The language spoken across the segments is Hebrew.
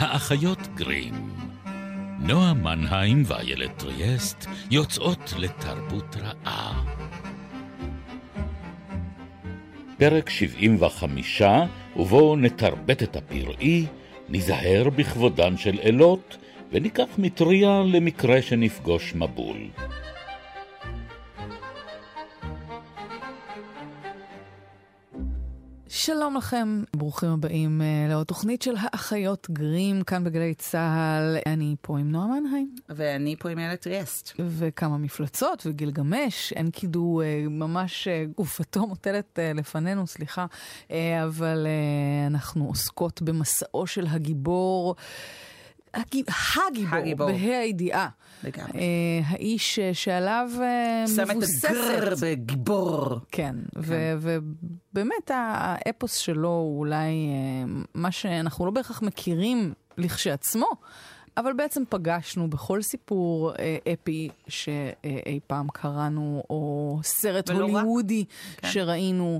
האחיות גרים. נועה מנהיים ואיילת טריאסט יוצאות לתרבות רעה. פרק 75, ובו נתרבט את הפראי, נזהר בכבודן של אלות, וניקח מטריה למקרה שנפגוש מבול. שלום לכם, ברוכים הבאים לעוד תוכנית של האחיות גרים, כאן בגלי צהל. אני פה עם נועה מנהיים. ואני פה עם איילת טריאסט. וכמה מפלצות וגילגמש, אין קידו ממש גופתו מוטלת לפנינו, סליחה, אבל אנחנו עוסקות במסעו של הגיבור, הגיבור, בה"א הידיעה. האיש שעליו מבוססת. שם את הגר בגיבור. כן, ובאמת האפוס שלו הוא אולי מה שאנחנו לא בהכרח מכירים לכשעצמו, אבל בעצם פגשנו בכל סיפור אפי שאי פעם קראנו, או סרט הוליוודי שראינו.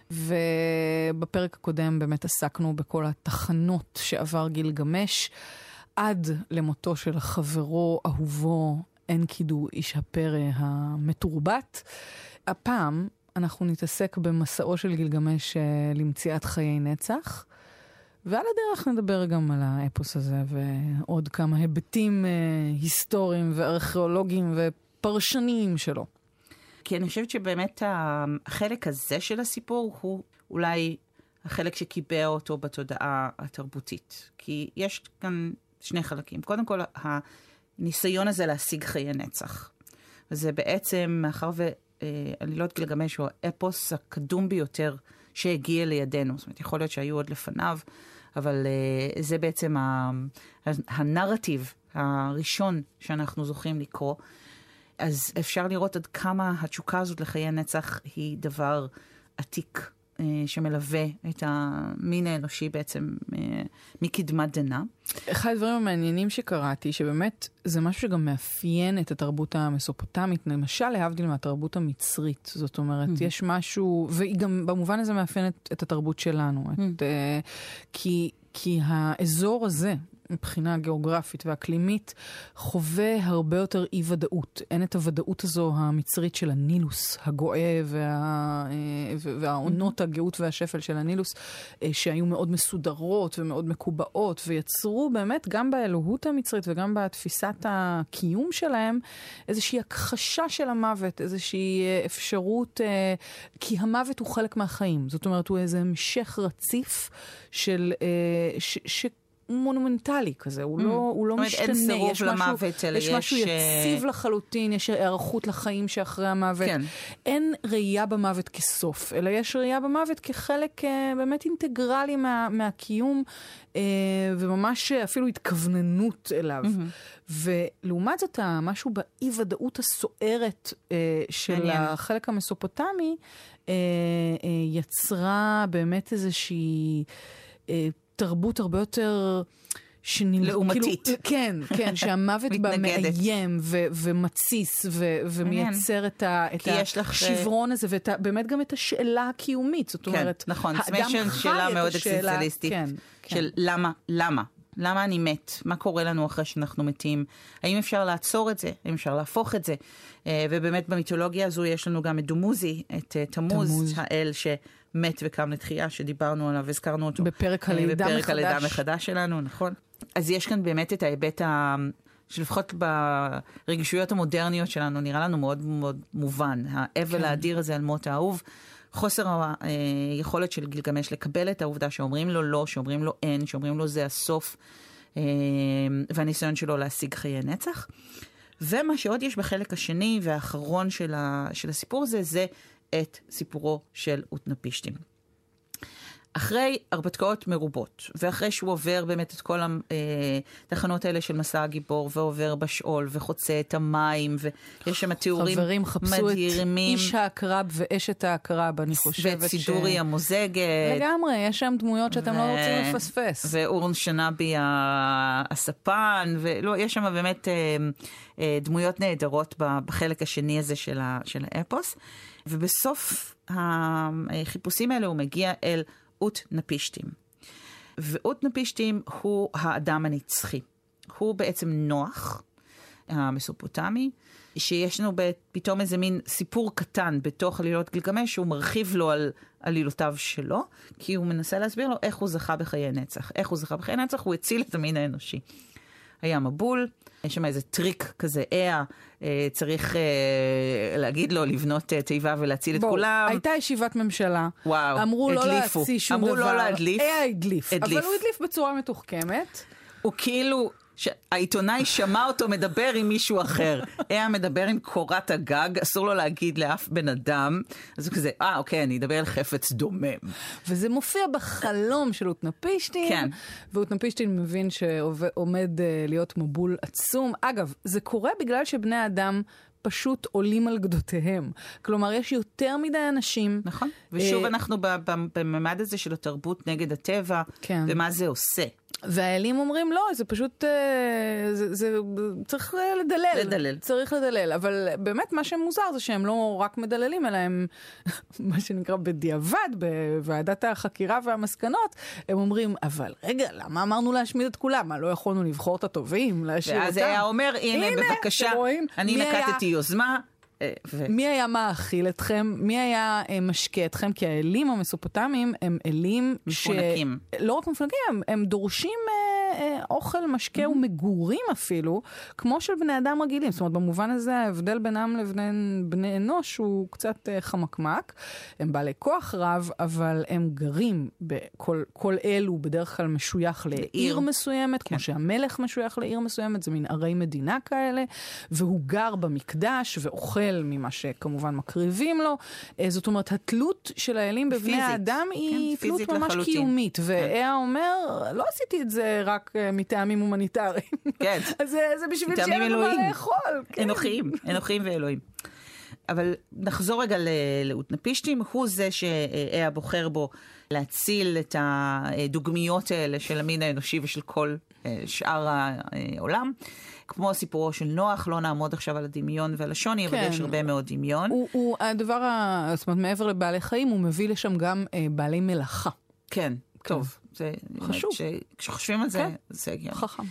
ובפרק הקודם באמת עסקנו בכל התחנות שעבר גילגמש, עד למותו של חברו, אהובו, אנקידו, איש הפרא המתורבת. הפעם אנחנו נתעסק במסעו של גילגמש למציאת חיי נצח, ועל הדרך נדבר גם על האפוס הזה ועוד כמה היבטים היסטוריים וארכיאולוגיים ופרשניים שלו. כי אני חושבת שבאמת החלק הזה של הסיפור הוא אולי החלק שקיבע אותו בתודעה התרבותית. כי יש כאן שני חלקים. קודם כל, הניסיון הזה להשיג חיי נצח. וזה בעצם, מאחר ועלילות גילגמש הוא האפוס הקדום ביותר שהגיע לידינו. זאת אומרת, יכול להיות שהיו עוד לפניו, אבל זה בעצם הנרטיב הראשון שאנחנו זוכים לקרוא. אז אפשר לראות עד כמה התשוקה הזאת לחיי נצח היא דבר עתיק, שמלווה את המין האנושי בעצם מקדמת דנא. אחד הדברים המעניינים שקראתי, שבאמת זה משהו שגם מאפיין את התרבות המסופוטמית, למשל להבדיל מהתרבות המצרית. זאת אומרת, יש משהו, והיא גם במובן הזה מאפיינת את התרבות שלנו. כי האזור הזה, מבחינה גיאוגרפית ואקלימית, חווה הרבה יותר אי-ודאות. אין את הוודאות הזו המצרית של הנילוס, הגואה והעונות הגאות והשפל של הנילוס, שהיו מאוד מסודרות ומאוד מקובעות, ויצרו באמת גם באלוהות המצרית וגם בתפיסת הקיום שלהם, איזושהי הכחשה של המוות, איזושהי אפשרות, כי המוות הוא חלק מהחיים. זאת אומרת, הוא איזה המשך רציף של מונומנטלי כזה, הוא לא משתנה. אין סירוב למוות, אלא יש משהו יציב לחלוטין, יש הערכות לחיים שאחרי המוות. כן. אין ראייה במוות כסוף, אלא יש ראייה במוות כחלק באמת אינטגרלי מהקיום, וממש אפילו התכווננות אליו. ולעומת זאת, משהו באי-ודאות הסוערת של החלק המסופוטמי, יצרה באמת איזושהי תרבות הרבה יותר לעומתית. כן, שהמוות בה מאיים ומציס ומייצר את השברון הזה, ובאמת גם את השאלה הקיומית. זאת אומרת, נכון, שאלה מאוד אקזיסטנציאליסטית של למה? למה אני מת? מה קורה לנו אחרי שאנחנו מתים? האם אפשר לעצור את זה? האם אפשר להפוך את זה? ובאמת במיתולוגיה הזו יש לנו גם את דומוזי, את תמוז, האל שמת וקם לתחייה, שדיברנו עליו, הזכרנו אותו. בפרק הלידה מחדש שלנו, נכון? אז יש כאן באמת את ההיבט שלפחות ברגישויות המודרניות שלנו, נראה לנו מאוד מאוד מובן. האבל האדיר הזה על מות האהוב, חוסר היכולת של גילגמש לקבל את העובדה שאומרים לו לא, שאומרים לו אין, שאומרים לו זה הסוף, והניסיון שלו להשיג חיי נצח. ומה שעוד יש בחלק השני והאחרון של הסיפור הזה, זה את סיפורו של אוטנפישטים. אחרי הרפתקאות מרובות, ואחרי שהוא עובר באמת את כל התחנות האלה של מסע הגיבור, ועובר בשאול, וחוצה את המים, ויש שם תיאורים מדהימים. חברים, חפשו את איש העקרב ואשת העקרב, אני חושבת ואת סידורי המוזגת. לגמרי, יש שם דמויות שאתם לא רוצים לפספס. ואורן שנבי הספן, יש שם באמת דמויות נהדרות בחלק השני הזה של האפוס. ובסוף החיפושים האלה הוא מגיע אל אוטנפישטים. ואותנפישטים הוא האדם הנצחי. הוא בעצם נוח, המסופוטמי, שיש לנו פתאום איזה מין סיפור קטן בתוך עלילות גילגמש, שהוא מרחיב לו על עלילותיו שלו, כי הוא מנסה להסביר לו איך הוא זכה בחיי נצח. איך הוא זכה בחיי נצח? הוא הציל את המין האנושי. היה מבול, יש שם איזה טריק כזה, צריך להגיד לו לבנות תיבה ולהציל את כולם. הייתה ישיבת ממשלה. וואו, אמרו לא להציל שום דבר. אמרו לא להדליף. הדליף. אבל הוא הדליף בצורה מתוחכמת. הוא כאילו, העיתונאי שמע אותו מדבר עם מישהו אחר. מדבר עם קורת הגג, אסור לו להגיד לאף בן אדם. אז הוא כזה, אוקיי, אני אדבר על חפץ דומם. וזה מופיע בחלום של אותנפישטין. כן. ואותנפישטין מבין שעומד להיות מבול עצום. אגב, זה קורה בגלל שבני האדם פשוט עולים על גדותיהם. כלומר, יש יותר מדי אנשים. נכון. ושוב אנחנו בממד הזה של התרבות נגד הטבע, כן. ומה זה עושה. והאלים אומרים, לא, זה פשוט, זה צריך לדלל. צריך לדלל. אבל באמת מה שמוזר זה שהם לא רק מדללים, אלא הם, מה שנקרא בדיעבד, בוועדת החקירה והמסקנות, הם אומרים, אבל רגע, למה אמרנו להשמיד את כולם? מה, לא יכולנו לבחור את הטובים, להשאיר אותם? ואז היה אומר, הנה, בבקשה, אני נקטתי יוזמה. מי היה מאכיל אתכם? מי היה משקה אתכם? כי האלים המסופוטמיים הם אלים מפונקים. לא רק מפונקים, הם דורשים אוכל, משקה ומגורים אפילו, כמו של בני אדם רגילים. זאת אומרת, במובן הזה ההבדל בינם לבין בני אנוש הוא קצת חמקמק. הם בעלי כוח רב, אבל הם גרים כל אלו בדרך כלל משוייך לעיר מסוימת, כמו שהמלך משוייך לעיר מסוימת, זה מין ערי מדינה כאלה, והוא גר במקדש ואוכל ממה שכמובן מקריבים לו. זאת אומרת, התלות של האלים בבני האדם היא תלות ממש קיומית. אומר, לא עשיתי את זה רק מטעמים הומניטריים. כן. אז זה בשביל שיהיה לנו מה לאכול. אנוכיים ואלוהים. אבל נחזור רגע לאותנפישטים, הוא זה שהיה בוחר בו להציל את הדוגמיות האלה של המין האנושי ושל כל שאר העולם. כמו סיפורו של נוח, לא נעמוד עכשיו על הדמיון ועל השוני, אבל יש הרבה מאוד דמיון. הדבר, זאת אומרת, מעבר לבעלי חיים, הוא מביא לשם גם בעלי מלאכה. כן, טוב. זה חשוב. כשחושבים על זה, זה הגיע. חכם.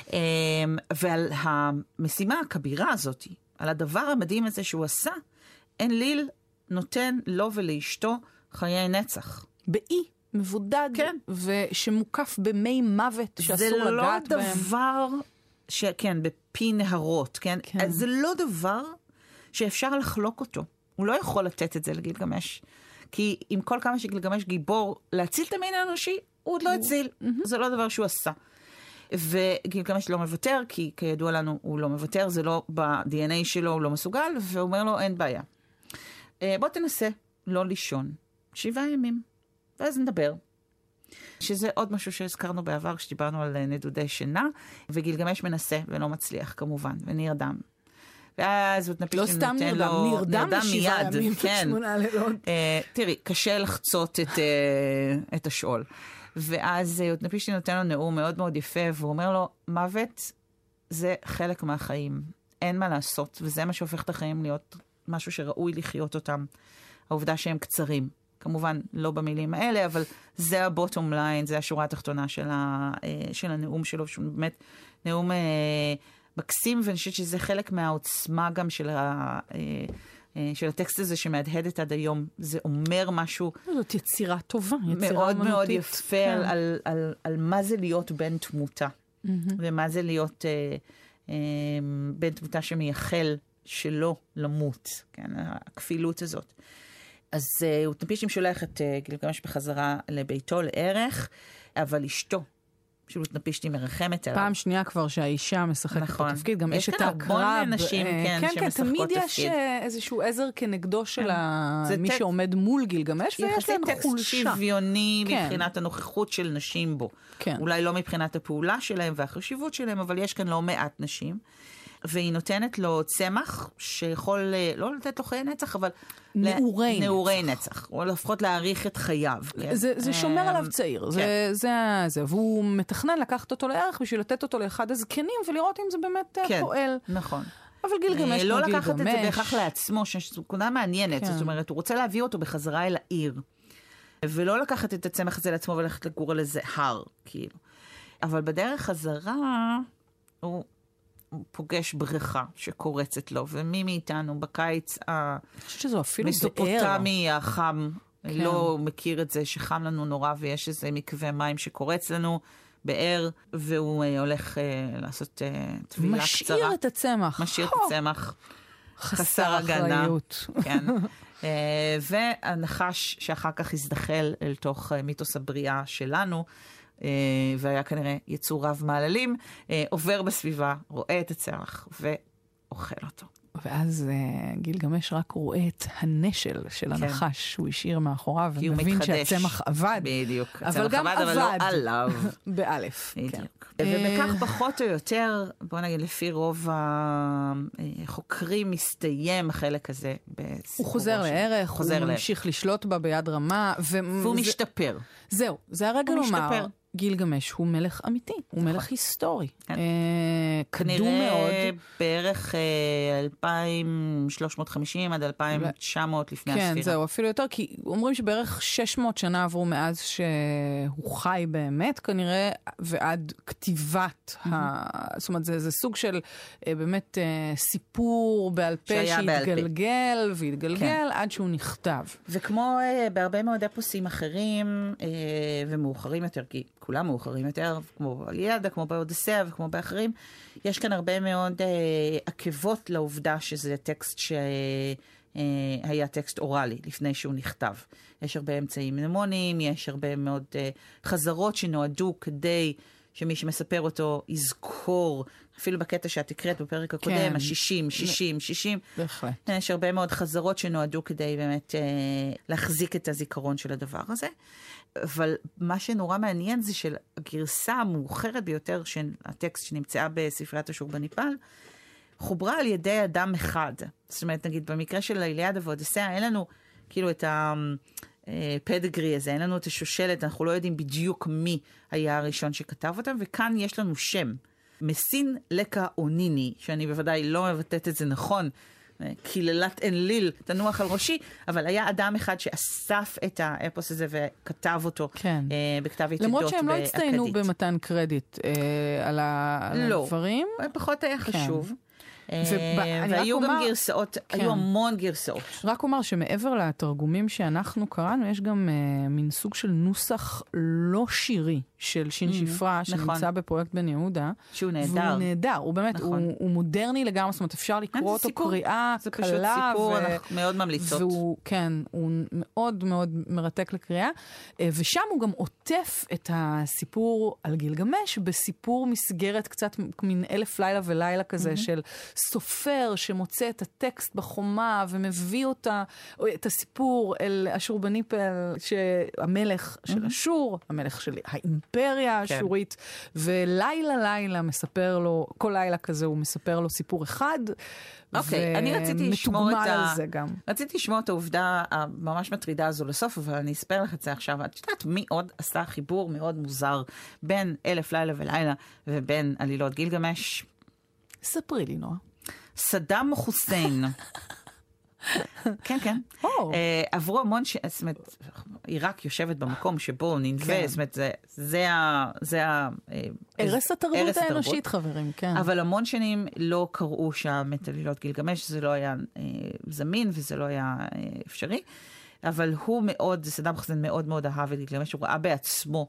ועל המשימה הכבירה הזאת, על הדבר המדהים הזה שהוא עשה, אנליל נותן לו ולאשתו חיי נצח. באי מבודד, כן. ושמוקף במי מוות שאסור לגעת בהם. זה לא דבר, כן, בפי נהרות, כן? כן. זה לא דבר שאפשר לחלוק אותו. הוא לא יכול לתת את זה לגילגמש. כי עם כל כמה שגילגמש גיבור להציל את המין האנושי, הוא עוד לא הציל. זה לא דבר שהוא עשה. וגילגמש לא מוותר, כי כידוע לנו הוא לא מוותר, זה לא ב-DNA שלו, הוא לא מסוגל, והוא אומר לו, אין בעיה. בוא תנסה לא לישון 7 ימים, ואז נדבר. שזה עוד משהו שהזכרנו בעבר, כשדיברנו על נדודי שינה, וגילגמש מנסה ולא מצליח כמובן, ונרדם. ואז לא סתם נרדם 7 ימים, 8 לילות. תראי, קשה לחצות את השאול. ואז אותנפישטין נותן לו נאום מאוד מאוד יפה, והוא אומר לו, מוות זה חלק מהחיים. אין מה לעשות, וזה מה שהופך את החיים להיות משהו שראוי לחיות אותם. העובדה שהם קצרים. כמובן לא במילים האלה, אבל זה הבוטום ליין, זה השורה התחתונה של הנאום שלו, שהוא באמת נאום מקסים, ואני חושבת שזה חלק מהעוצמה גם של הטקסט הזה שמהדהדת עד היום. זה אומר משהו... זאת יצירה טובה, יצירה מאוד אמנותית. מאוד יפה כן. על מה זה להיות בן תמותה, ומה זה להיות בן תמותה שמייחל שלא למות, כן, הכפילות הזאת. אז אותנפישטין שולח את גילגמש בחזרה לביתו לערך, אבל אשתו, של אותנפישטין מרחמת עליו. פעם שנייה כבר שהאישה משחקת נכון. בתפקיד, גם יש את הקרב. יש כאן המון נשים, כן, שמשחקות תמיד תפקיד. יש איזשהו עזר כנגדו של מי שעומד מול גילגמש, ויש להם חולשה. טקסט שוויוני מבחינת הנוכחות של נשים בו. אולי לא מבחינת הפעולה שלהם והחשיבות שלהם, אבל יש כאן לא מעט נשים. והיא נותנת לו צמח שיכול לא לתת לו חיי נצח, אבל נעורי נצח, או לפחות להאריך את חייו. זה שומר עליו צעיר, זה, והוא מתכנן לקחת אותו לערך בשביל לתת אותו לאחד הזקנים, ולראות אם זה באמת פועל. נכון. אבל גילגמש לא לקחת את זה בהכרח לעצמו, שזו נקודה מעניינת, זאת אומרת, הוא רוצה להביא אותו בחזרה אל העיר. ולא לקחת את הצמח הזה לעצמו וללכת לגור על איזה הר, כאילו. אבל בדרך חזרה הוא פוגש בריכה שקורצת לו, ומי מאיתנו בקיץ המסופוטמי החם, לא מכיר את זה שחם לנו נורא ויש איזה מקווה מים שקורץ לנו באר, והוא הולך לעשות טבילה קצרה. משאיר את הצמח. משאיר את הצמח. חסר אחריות. כן. והנחש שאחר כך הזדחל אל תוך מיתוס הבריאה שלנו, והיה כנראה יצור רב מעללים, עובר בסביבה, רואה את הצמח ואוכל אותו. ואז גילגמש רק רואה את הנשל של הנחש שהוא השאיר מאחוריו, ומבין שהצמח עבד. בדיוק. אבל גם עבד. אבל לא עליו. באלף. בדיוק. ובכך פחות או יותר, בוא נגיד לפי רוב החוקרים, מסתיים החלק הזה בסיפורו. הוא חוזר לערך, הוא ממשיך לשלוט בה ביד רמה. והוא משתפר. זהו, זה הרגע לומר. גילגמש הוא מלך אמיתי, הוא מלך היסטורי. קדום מאוד. כנראה בערך 2350 עד 2900 לפני הספירה. כן, זהו, אפילו יותר, כי אומרים שבערך 600 שנה עברו מאז שהוא חי באמת, כנראה, ועד כתיבת, זאת אומרת, זה סוג של באמת סיפור בעל פה שהתגלגל והתגלגל עד שהוא נכתב. וכמו בהרבה מאוד אפוסים אחרים ומאוחרים יותר, כי כולם מאוחרים יותר, כמו באיליאדה, כמו באודיסאה וכמו באחרים, יש כאן הרבה מאוד עקבות לעובדה שזה טקסט שהיה טקסט אוראלי לפני שהוא נכתב. יש הרבה אמצעים מנמונים, יש הרבה מאוד חזרות שנועדו כדי שמי שמספר אותו יזכור, אפילו בקטע שאת הקראת בפרק הקודם, ה-60, 60, 60. בהחלט. יש הרבה מאוד חזרות שנועדו כדי באמת להחזיק את הזיכרון של הדבר הזה. אבל מה שנורא מעניין זה שהגרסה המאוחרת ביותר של הטקסט שנמצאה בספריית אשורבניפל, חוברה על ידי אדם אחד. זאת אומרת, נגיד, במקרה של האיליאדה ואודיסאה, אין לנו כאילו את הפדגרי הזה, אין לנו את השושלת, אנחנו לא יודעים בדיוק מי היה הראשון שכתב אותם, וכאן יש לנו שם. מסין לקה אוניני, שאני בוודאי לא מבטאת את זה נכון, קיללת אנליל, תנוח על ראשי, אבל היה אדם אחד שאסף את האפוס הזה וכתב אותו בכתב יתדות. למרות שהם לא הצטיינו במתן קרדיט על הדברים. לא, פחות היה חשוב. והיו גם גרסאות, היו המון גרסאות. רק אומר שמעבר לתרגומים שאנחנו קראנו, יש גם מין סוג של נוסח לא שירי של שין שפרה, שנמצא בפרויקט בן יהודה. שהוא נהדר. והוא נהדר, הוא באמת, הוא מודרני לגמרי, זאת אומרת, אפשר לקרוא אותו קריאה קלה. זה פשוט סיפור, אנחנו מאוד ממליצות. והוא, כן, הוא מאוד מאוד מרתק לקריאה, ושם הוא גם עוטף את הסיפור על גילגמש, בסיפור מסגרת קצת מין 1000 לילה ולילה כזה של סופר שמוצא את הטקסט בחומה ומביא אותה, את הסיפור אל אשורבניפל, המלך של אשור, המלך של האימפריה האשורית, ולילה לילה מספר לו, כל לילה כזה הוא מספר לו סיפור אחד, אוקיי, אני רציתי לשמור רציתי לשמור את העובדה הממש מטרידה הזו לסוף, אבל אני אספר לך את זה עכשיו. את יודעת מי עוד עשה חיבור מאוד מוזר בין 1000 לילה ולילה ובין עלילות גילגמש? ספרי לי, נועה. סדאם חוסיין. כן, כן. עברו המון, זאת אומרת, עיראק יושבת במקום שבו ננווה, זאת אומרת, זה ערש התרבות האנושית, חברים, כן. אבל המון שנים לא קראו שם את עלילות גילגמש, זה לא היה זמין וזה לא היה אפשרי, אבל הוא מאוד, סדאם חוסיין מאוד מאוד אהב את גילגמש, הוא ראה בעצמו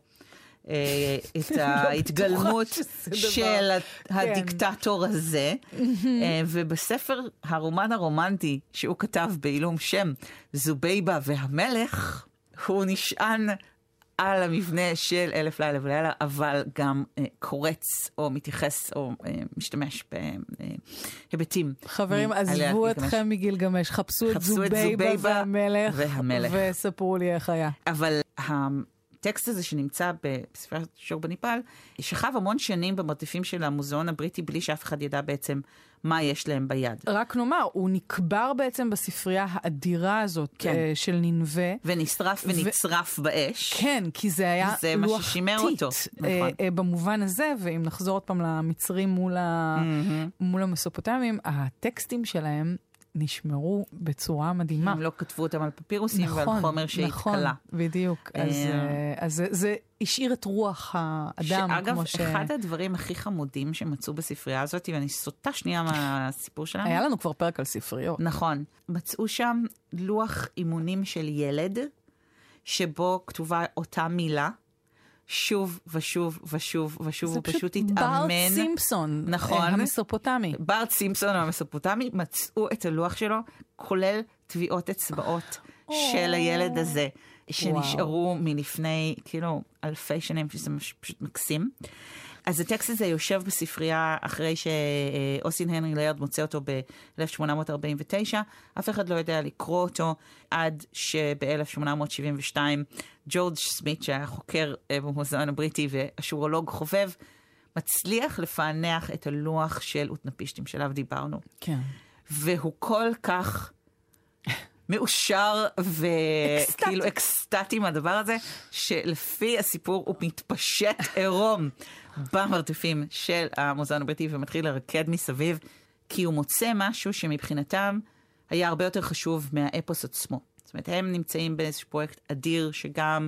את ההתגלמות של הדיקטטור הזה, ובספר הרומן הרומנטי שהוא כתב בעילום שם זובייבה והמלך, הוא נשען על המבנה של 1000 לילה ולילה, אבל גם קורץ או מתייחס או משתמש בהיבטים. חברים, עזבו אתכם מגילגמש, חפשו את זובייבה והמלך וספרו לי איך היה. אבל הטקסט הזה שנמצא בספריית אשורבניפל, שכב המון שנים במרתפים של המוזיאון הבריטי, בלי שאף אחד ידע בעצם מה יש להם ביד. רק נאמר, הוא נקבר בעצם בספרייה האדירה הזאת של נינווה. ונשרף ונצרף באש. כן, כי זה היה לוח טיט במובן הזה, ואם נחזור עוד פעם למצרים מול המסופוטמים, הטקסטים שלהם נשמרו בצורה מדהימה. הם לא כתבו אותם על פפירוסים, ועל חומר שהתקלה. נכון, בדיוק. אז זה השאיר את רוח האדם. שאגב, אחד הדברים הכי חמודים שמצאו בספרייה הזאת, ואני סוטה שנייה מהסיפור שלנו. היה לנו כבר פרק על ספריות. נכון. מצאו שם לוח אימונים של ילד, שבו כתובה אותה מילה, שוב ושוב ושוב ושוב, הוא פשוט התאמן. זה פשוט בארט סימפסון, נכון. המסופוטמי. בארט סימפסון המסופוטמי, מצאו את הלוח שלו, כולל טביעות אצבעות של הילד הזה, שנשארו מלפני, כאילו, אלפי שנים, שזה פשוט מקסים. אז הטקסט הזה יושב בספרייה אחרי שאוסין הנרי ליירד מוצא אותו ב-1849. אף אחד לא יודע לקרוא אותו עד שב-1872 ג'ורג' סמית, שהיה חוקר במוזיאון הבריטי ואשורולוג חובב, מצליח לפענח את הלוח של אוטנפישטים שעליו דיברנו. כן. והוא כל כך מאושר וכאילו אקסטטי מהדבר הזה, שלפי הסיפור הוא מתפשט עירום במרתפים של המוזיאון הבריטי ומתחיל לרקד מסביב, כי הוא מוצא משהו שמבחינתם היה הרבה יותר חשוב מהאפוס עצמו. זאת אומרת, הם נמצאים באיזשהו פרויקט אדיר, שגם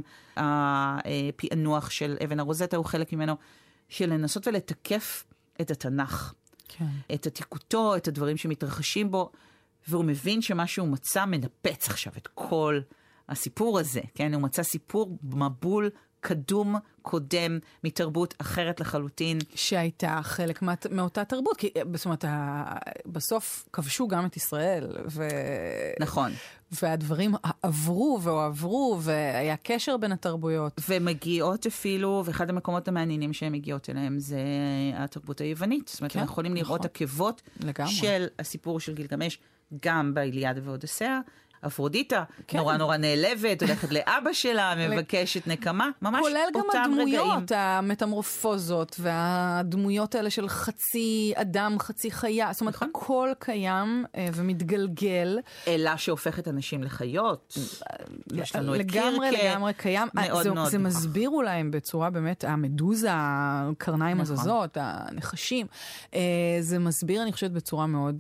הפענוח של אבן הרוזטה הוא חלק ממנו, של לנסות ולתקף את התנ"ך. כן. את עתיקותו, את הדברים שמתרחשים בו, והוא מבין שמה שהוא מצא מנפץ עכשיו את כל הסיפור הזה, כן? הוא מצא סיפור מבול קדום, קודם, מתרבות אחרת לחלוטין. שהייתה חלק מאותה תרבות, כי זאת אומרת, בסוף כבשו גם את ישראל. נכון. והדברים עברו והועברו, והיה קשר בין התרבויות. ומגיעות אפילו, ואחד המקומות המעניינים שהן מגיעות אליהם, זה התרבות היוונית. זאת אומרת, כן, אנחנו יכולים לראות עקבות של הסיפור של גילגמש, גם באיליאדה ואודיסאה. אפרודיטה, כן. נורא נורא נעלבת, הולכת לאבא שלה, מבקשת נקמה, ממש אותם רגעים. כולל גם הדמויות, המטמורפוזות, והדמויות האלה של חצי אדם, חצי חיה, זאת אומרת, הכל קיים ומתגלגל. אלא שהופכת אנשים לחיות. יש לנו את קירקה. לגמרי קיים. זה מסביר אולי בצורה באמת, המדוזה, הקרניים הזזות, הנחשים. זה מסביר, אני חושבת, בצורה מאוד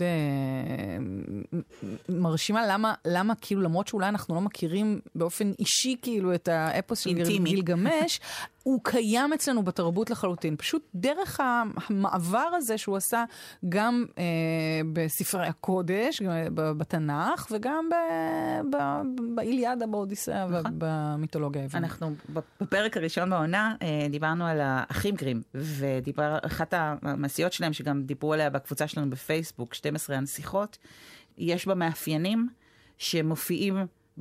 מרשימה, למה כאילו למרות שאולי אנחנו לא מכירים באופן אישי כאילו את האפוס של גילגמש, הוא קיים אצלנו בתרבות לחלוטין. פשוט דרך המעבר הזה שהוא עשה גם בספרי הקודש, בתנ"ך, וגם באיליאדה, באודיסאה ובמיתולוגיה היוונית. אנחנו בפרק הראשון בעונה דיברנו על האחים גרים, אחת המעשיות שלהם שגם דיברו עליה בקבוצה שלנו בפייסבוק, 12 הנסיכות, יש בה מאפיינים שמופיעים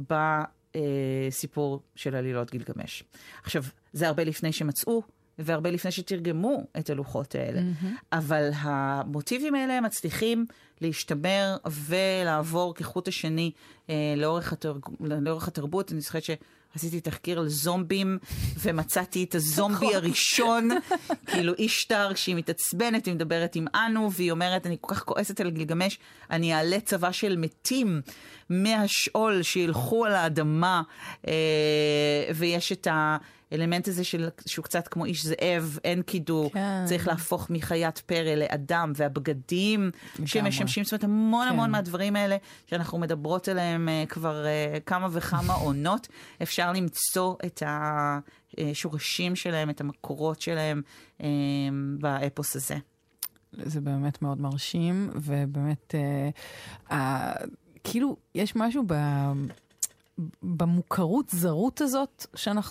בסיפור של עלילות גילגמש. עכשיו, זה הרבה לפני שמצאו, והרבה לפני שתרגמו את הלוחות האלה. אבל המוטיבים האלה מצליחים להשתמר ולעבור כחוט השני לאורך התרבות. אני זוכרת שעשיתי תחקיר על זומבים, ומצאתי את הזומבי הראשון, כאילו אישטר, כשהיא מתעצבנת, היא מדברת עם אנו, והיא אומרת, אני כל כך כועסת על גילגמש, אני אעלה צבא של מתים מהשאול שילכו על האדמה, ויש את האלמנט הזה שהוא קצת כמו איש זאב, אין קידור, צריך להפוך מחיית פרא לאדם, והבגדים שמשמשים, זאת אומרת, המון המון מהדברים האלה, שאנחנו מדברות עליהם כבר כמה וכמה עונות, אפשר למצוא את השורשים שלהם, את המקורות שלהם באפוס הזה. זה באמת מאוד מרשים, ובאמת, כאילו, יש משהו במוכרות זרות הזאת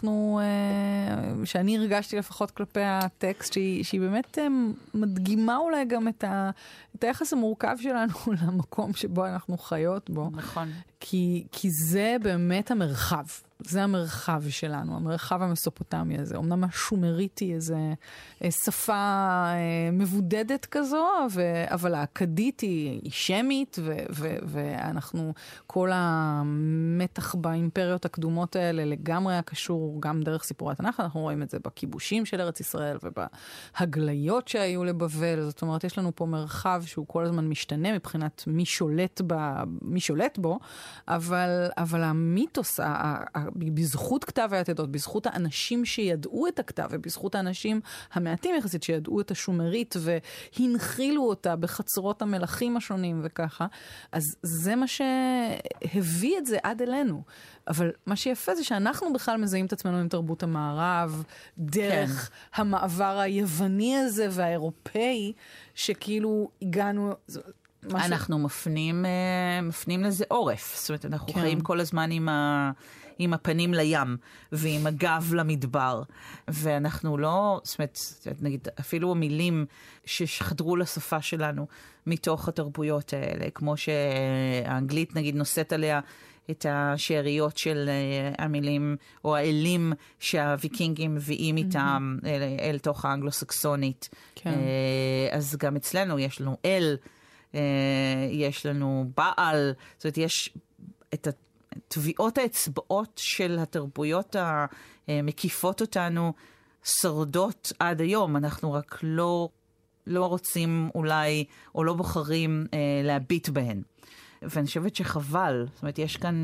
שאני הרגשתי לפחות כלפי הטקסט, שהיא באמת מדגימה אולי גם את היחס המורכב שלנו למקום שבו אנחנו חיות בו. נכון. כי זה באמת המרחב. זה המרחב שלנו, המרחב המסופוטמי הזה. אמנם השומריתי, איזו שפה מבודדת כזו, אבל האכדית היא שמית, ואנחנו, כל המתח באימפריות הקדומות האלה לגמרי היה קשור גם דרך סיפורי התנ"ך. אנחנו רואים את זה בכיבושים של ארץ ישראל, ובהגליות שהיו לבבל. זאת אומרת, יש לנו פה מרחב שהוא כל הזמן משתנה מבחינת מי שולט בו, אבל המיתוס, בזכות כתב היתדות, בזכות האנשים שידעו את הכתב, ובזכות האנשים המעטים יחסית שידעו את השומרית והנחילו אותה בחצרות המלכים השונים וככה, אז זה מה שהביא את זה עד אלינו. אבל מה שיפה זה שאנחנו בכלל מזהים את עצמנו עם תרבות המערב, דרך המעבר היווני הזה והאירופאי, שכאילו הגענו... אנחנו מפנים לזה עורף. זאת אומרת, אנחנו חיים כל הזמן עם הפנים לים, ועם הגב למדבר. ואנחנו לא, זאת אומרת, נגיד, אפילו המילים שחדרו לשפה שלנו מתוך התרבויות האלה, כמו שהאנגלית, נגיד, נושאת עליה את השאריות של המילים, או האלים שהוויקינגים מביאים איתם אל תוך האנגלו-סקסונית. אז גם אצלנו יש לנו אל, יש לנו בעל, זאת אומרת, יש את טביעות האצבעות של התרבויות המקיפות אותנו, שורדות עד היום. אנחנו רק לא רוצים אולי, או לא בוחרים להביט בהן. ואני חושבת שחבל, זאת אומרת, יש כאן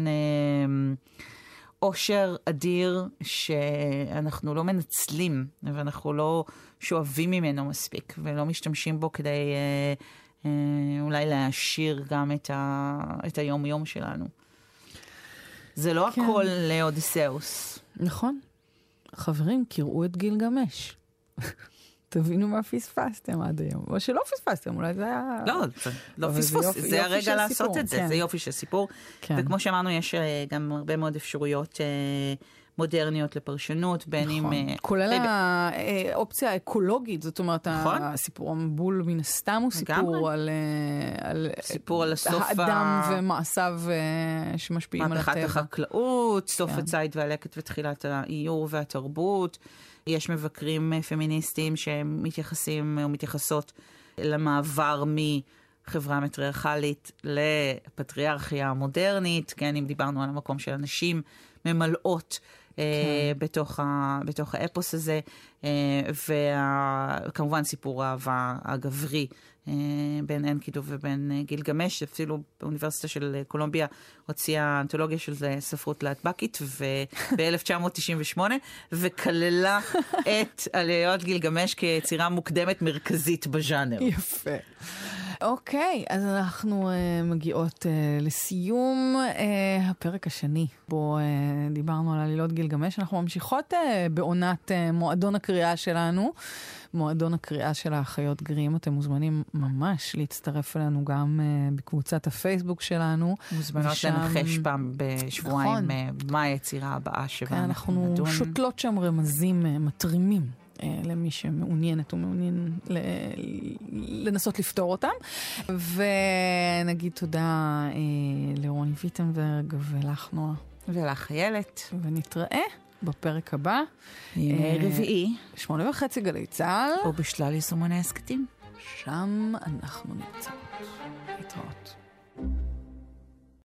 עושר אדיר שאנחנו לא מנצלים, ואנחנו לא שואבים ממנו מספיק, ולא משתמשים בו כדי אולי להשאיר גם את היום-יום שלנו. זה לא הכל לאודיסאוס. נכון. חברים, קראו את גילגמש. תבינו מה פספסתם עד היום. או שלא פספסתם, אולי זה היה... לא פספוס, זה הרגע לעשות את זה. זה יופי של סיפור. וכמו שאמרנו, יש גם הרבה מאוד אפשרויות מודרניות לפרשנות, בין אם... כולל האופציה האקולוגית, זאת אומרת, הסיפור המבול מן הסתם הוא סיפור על... סיפור על הסוף... האדם ומעשיו שמשפיעים על הטבע. מהפכת החקלאות, סוף הציד והלקט ותחילת האיור והתרבות. יש מבקרים פמיניסטיים שמתייחסים או מתייחסות למעבר מחברה מטריארכלית לפטריארכיה המודרנית, כן, אם דיברנו על המקום של אנשים ממלאות בתוך האפוס הזה, וכמובן סיפור האהבה הגברי בין אנקידו ובין גילגמש, אפילו באוניברסיטה של קולומביה הוציאה אנתולוגיה של ספרות להטבקית ב-1998, וכללה את עליות גילגמש כיצירה מוקדמת מרכזית בז'אנר. יפה. אוקיי, אז אנחנו מגיעות לסיום הפרק השני, בו דיברנו על עלילות גילגמש. אנחנו ממשיכות בעונת מועדון הקריאה שלנו, מועדון הקריאה של האחיות גרים. אתם מוזמנים ממש להצטרף אלינו גם בקבוצת הפייסבוק שלנו. מוזמנות לנחש פעם בשבועיים מה היצירה הבאה שבה אנחנו נדון. שותלות שם רמזים מטרימים. למי שמעוניינת ומעוניין לנסות לפתור אותם. ונגיד תודה לרוני ויטנברג ולך נועה. ולך איילת. ונתראה בפרק הבא. רביעי. 8:30 גלי צהל. או בשלל יישומוני הסקטים. שם אנחנו נמצאות. להתראות.